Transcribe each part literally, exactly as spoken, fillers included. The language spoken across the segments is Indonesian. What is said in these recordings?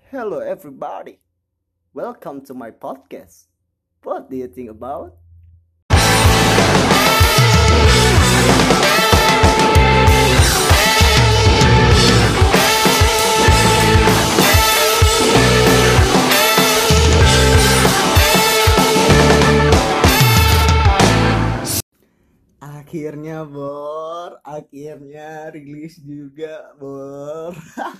Hello, everybody. Welcome to my podcast. What do you think about? Akhirnya, Bor. Akhirnya rilis juga, Bor.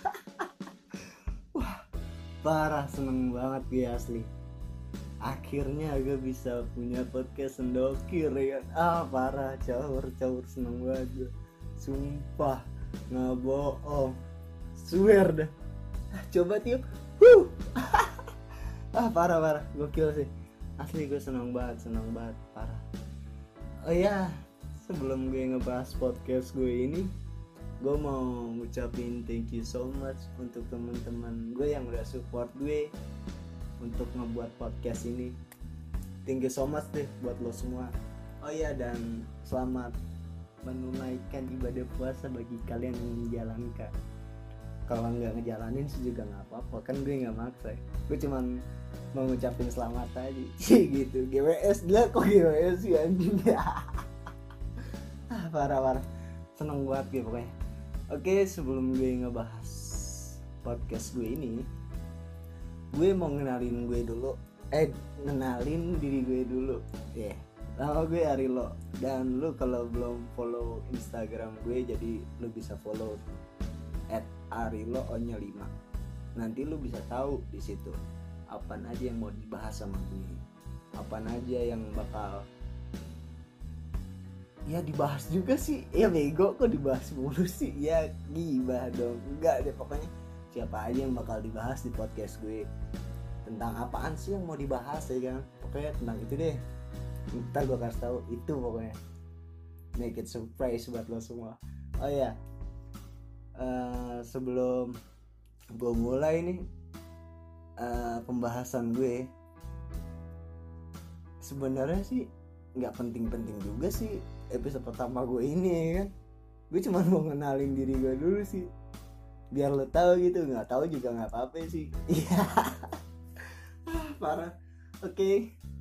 Wah, parah seneng banget gue asli. Akhirnya gue bisa punya podcast sendokir ya kan. Ah, parah, caur-caur seneng banget gue. Sumpah, nggak bohong. Swear dah. Ah, coba tiup. Huh. Ah, parah parah, gokil sih. Asli gue seneng banget, seneng banget, parah. Oh ya, sebelum gue ngebahas podcast gue ini, gue mau ngucapin thank you so much untuk teman-teman gue yang udah support gue untuk ngebuat podcast ini. Thank you so much deh buat lo semua. Oh iya, dan selamat menunaikan ibadah puasa bagi kalian yang menjalankan. Kalau nggak ngejalanin sih juga nggak apa-apa, kan gue nggak maksa. Gue cuman mau ngucapin selamat aja. Gitu. G W S lah, kok G W S sih anjing. Ah, parah parah. Seneng banget gue pokoknya. Oke, sebelum gue ngebahas podcast gue ini, gue mau ngenalin gue dulu. Eh, ngenalin diri gue dulu. Ya. Yeah. Nama gue Arilo, dan lu kalau belum follow Instagram gue, jadi lu bisa follow at arilo onya lima. Nanti lu bisa tahu di situ apa aja yang mau dibahas sama gue, apa aja yang bakal ya dibahas juga sih. Ya bego, kok dibahas mulu sih, ya gibah dong. Enggak deh, pokoknya siapa aja yang bakal dibahas di podcast gue, tentang apaan sih yang mau dibahas ya kan, pokoknya tentang itu deh. Ntar gue kasih tahu itu, pokoknya make it surprise buat lo semua. Oh ya, uh, sebelum gue mulai nih uh, pembahasan gue, sebenarnya sih nggak penting-penting juga sih episode pertama gue ini ya kan. Gue cuma mau ngenalin diri gue dulu sih, biar lo tahu gitu. Nggak tahu juga nggak apa-apa sih. Iya. Parah. Oke, okay.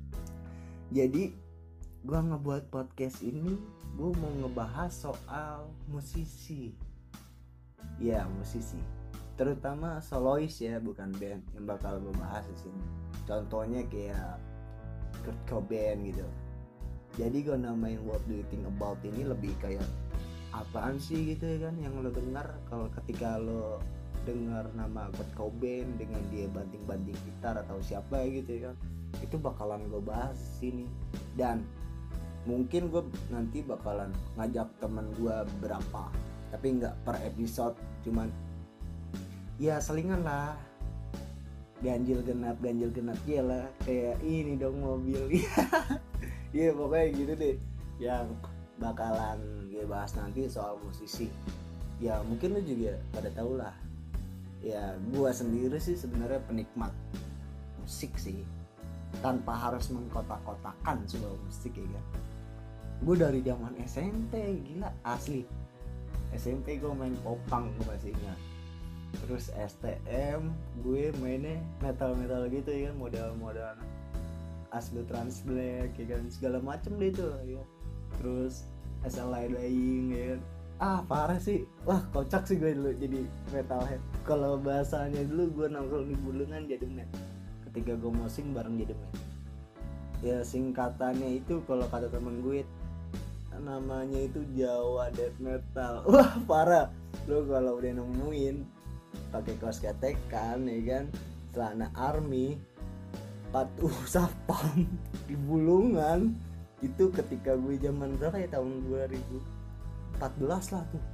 Jadi gue ngebuat podcast ini, gue mau ngebahas soal musisi. Ya, musisi, terutama solois ya, bukan band yang bakal gue bahas di sini. Contohnya kayak Kurt Cobain gitu. Jadi gue namain What Do You Think About ini lebih kayak apaan sih gitu ya kan, yang lo dengar kalau ketika lo dengar nama Kurt Cobain dengan dia banting-banting gitar atau siapa gitu ya kan, itu bakalan gue bahas di sini. Dan mungkin gue nanti bakalan ngajak teman gue berapa, tapi nggak per episode, cuman ya selingan lah, ganjil genap ganjil genap ya lah, kayak ini dong mobil. Iya, pokoknya gitu deh yang bakalan gue bahas nanti soal musisi. Ya mungkin lu juga pada tahu lah, ya gue sendiri sih sebenarnya penikmat musik sih, tanpa harus mengkotak-kotakan sebuah musik ya kan. Gue dari zaman S M P, gila asli. S M P gue main popang, gue masih ingat. Terus S T M gue mainnya metal-metal gitu ya kan, model-model Asli Trans Black ya kan, segala macem deh itu ya. Terus S L I Dying ya kan. Ah, parah sih. Wah, kocak sih gue dulu jadi metalhead. Kalau bahasanya dulu gue nongkrong di Bulungan jadi met. Ketika gue mosing bareng jadi met. Ya singkatannya itu kalau kata temen gue namanya itu Jawa Death Metal. Wah, parah. Lo kalau udah nemuin pakai kaos ketekan ya kan, celana army, patuh sapam di Bulungan, itu ketika gue zaman berapa ya, tahun dua ribu empat belas lah tuh.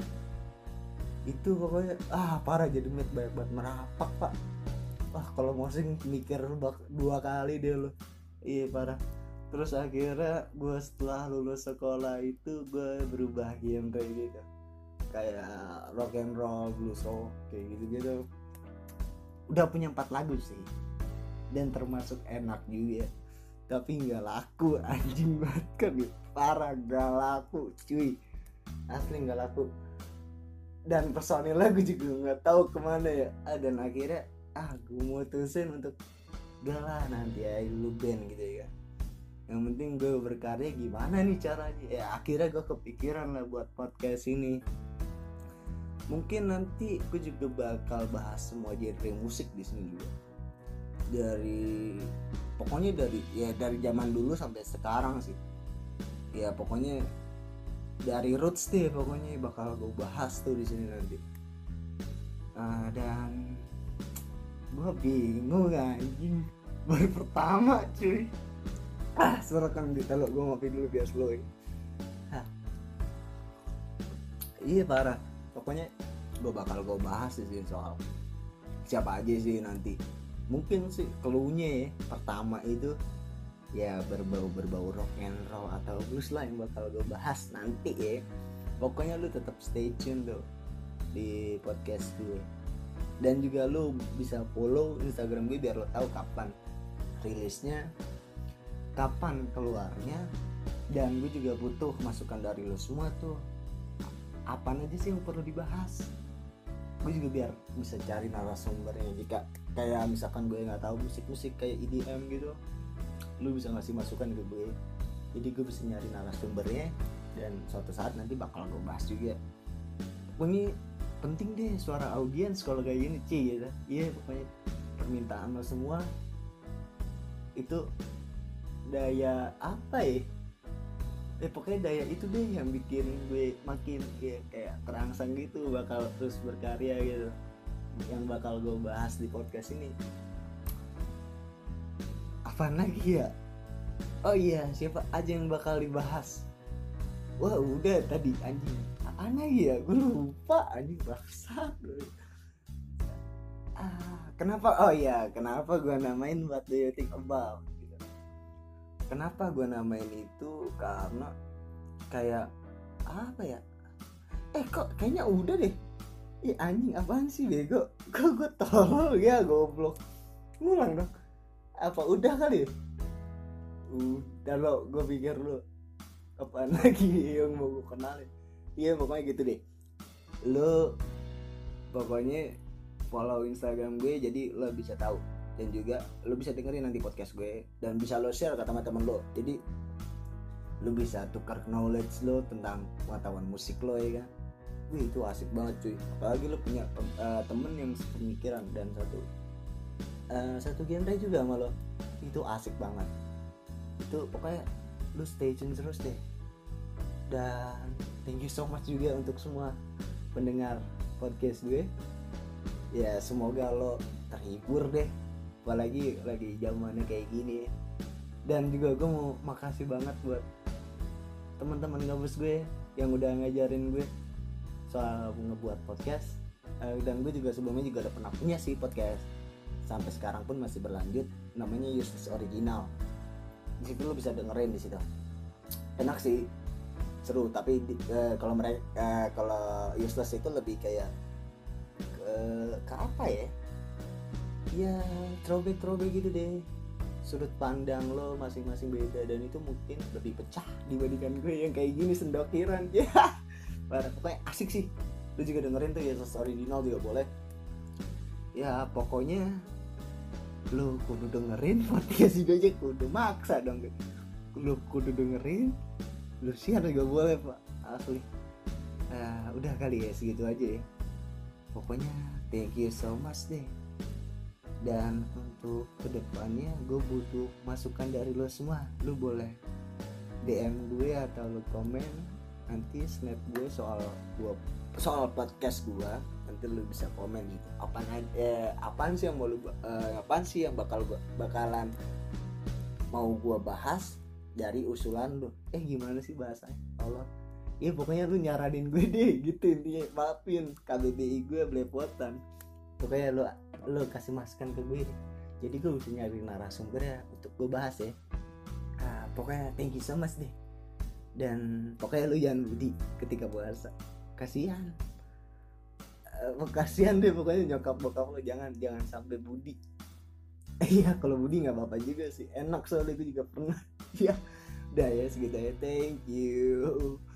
Itu pokoknya ah parah, jadi met banyak banget merapak pak. Wah, kalau mosing mikir dua kali deh lo. Iya parah. Terus akhirnya gue setelah lulus sekolah itu gue berubah genre gitu, kayak rock and roll, blues rock, kayak gitu-gitu. Udah punya empat lagu sih, dan termasuk enak juga, tapi nggak laku anjing banget kan, parah nggak laku cuy, asli nggak laku. Dan personilnya gue juga nggak tahu kemana ya. Ah, dan akhirnya ah gue mutusin untuk gak lah nanti ya lu band gitu ya. Yang penting gue berkarya gimana nih caranya. Ya akhirnya gue kepikiran lah buat podcast ini. Mungkin nanti gue juga bakal bahas semua genre musik di sini juga. Dari pokoknya dari ya dari zaman dulu sampai sekarang sih. Ya pokoknya dari roots deh pokoknya bakal gue bahas tuh di sini nanti. Uh, dan gue bingung anjing baru pertama cuy. Ah serekam di teluk gue ngopi dulu biar slow ya. Iya parah. Pokoknya gue bakal gue bahas sih soal siapa aja sih nanti. Mungkin sih cluenya ya pertama itu ya berbau-berbau rock and roll atau blues lah yang bakal gue bahas nanti ya. Pokoknya lu tetap stay tune tuh di podcast gue. Dan juga lu bisa follow Instagram gue biar lo tahu kapan rilisnya, kapan keluarnya. Dan gue juga butuh masukan dari lo semua tuh. Apa aja sih yang perlu dibahas? Gue juga biar bisa cari narasumbernya. Jika kayak misalkan gue nggak tahu musik-musik kayak E D M gitu, lu bisa ngasih masukan ke gue. Jadi gue bisa nyari narasumbernya dan suatu saat nanti bakal gue bahas juga. Pokoknya penting deh suara audiens kalau kayak gini Ci gitu. Iya pokoknya permintaan lo semua itu daya apa ya? Eh pokoknya daya itu deh yang bikin gue makin ya, kayak terangsang gitu bakal terus berkarya gitu. Yang bakal gue bahas di podcast ini. Apaan lagi ya? Oh iya, siapa aja yang bakal dibahas? Wah udah tadi anjing. Apaan lagi ya? Gue lupa anjing bangsat. Ah, kenapa? Oh iya, kenapa gue namain What Do You Think About? Gitu. Kenapa gue namain itu? Karena kayak apa ya? Eh kok kayaknya udah deh. Ih anjing apaan sih bego? Kok gue tolol ya goblok. Ngulang dong. Apa udah kali? Udah lo, gue pikir lo apaan lagi yang mau gue kenalin. Iya pokoknya gitu deh. Lo pokoknya follow Instagram gue jadi lo bisa tahu. Dan juga lo bisa dengerin nanti podcast gue. Dan bisa lo share ke teman-teman lo. Jadi lo bisa tukar knowledge lo tentang pengetahuan musik lo ya kan. Wih itu asik banget cuy. Apalagi lo punya uh, temen yang sepemikiran dan satu uh, satu genre juga sama lo. Itu asik banget. Itu pokoknya lu stay tune terus deh. Dan thank you so much juga untuk semua pendengar podcast gue. Ya semoga lo terhibur deh. Apalagi lagi zamannya kayak gini. Dan juga gue mau makasih banget buat teman-teman ngabus gue yang udah ngajarin gue soal ngebuat podcast. Dan gue juga sebelumnya juga udah pernah punya sih podcast. Sampai sekarang pun masih berlanjut. Namanya Useless Original. Di situ lo bisa dengerin di situ. Enak sih, seru. Tapi uh, kalau mereka uh, kalau Useless itu lebih kayak ke, ke apa ya? Ya throwback-throwback gitu deh. Sudut pandang lo masing-masing beda dan itu mungkin lebih pecah dibandingkan gue yang kayak gini sendokiran. Ya, parah. Pokoknya asik sih. Lo juga dengerin tuh Useless Original juga boleh. Ya pokoknya lu kudu dengerin podcast juga aja kudu maksa dong lu kudu dengerin lu share juga boleh pak asli. Uh, udah kali ya segitu aja ya pokoknya thank you so much deh. Dan untuk kedepannya gue butuh masukan dari lo semua. Lu boleh D M gue atau lu komen nanti snap gue soal gua soal podcast gue. Nanti lu bisa komen gitu apaan eh, apaan sih yang mau lu eh, apaan sih yang bakal gua, bakalan mau gua bahas dari usulan lu. Eh gimana sih bahasanya Allah ya pokoknya lu nyaranin gue deh gitu intinya. Maafin K B B I gue belepotan. Pokoknya lu lu kasih masukan ke gue deh. Jadi gue bisa nyari narasumber ya untuk gue bahas ya. Ah, pokoknya thank you so much deh. Dan pokoknya lu jangan budi ketika puasa. Kasihan uh, kasihan deh pokoknya nyokap bokap lo jangan jangan sampai budi. Iya kalau budi nggak apa-apa juga sih enak soalnya gue juga pernah. Ya udah ya segitu ya thank you.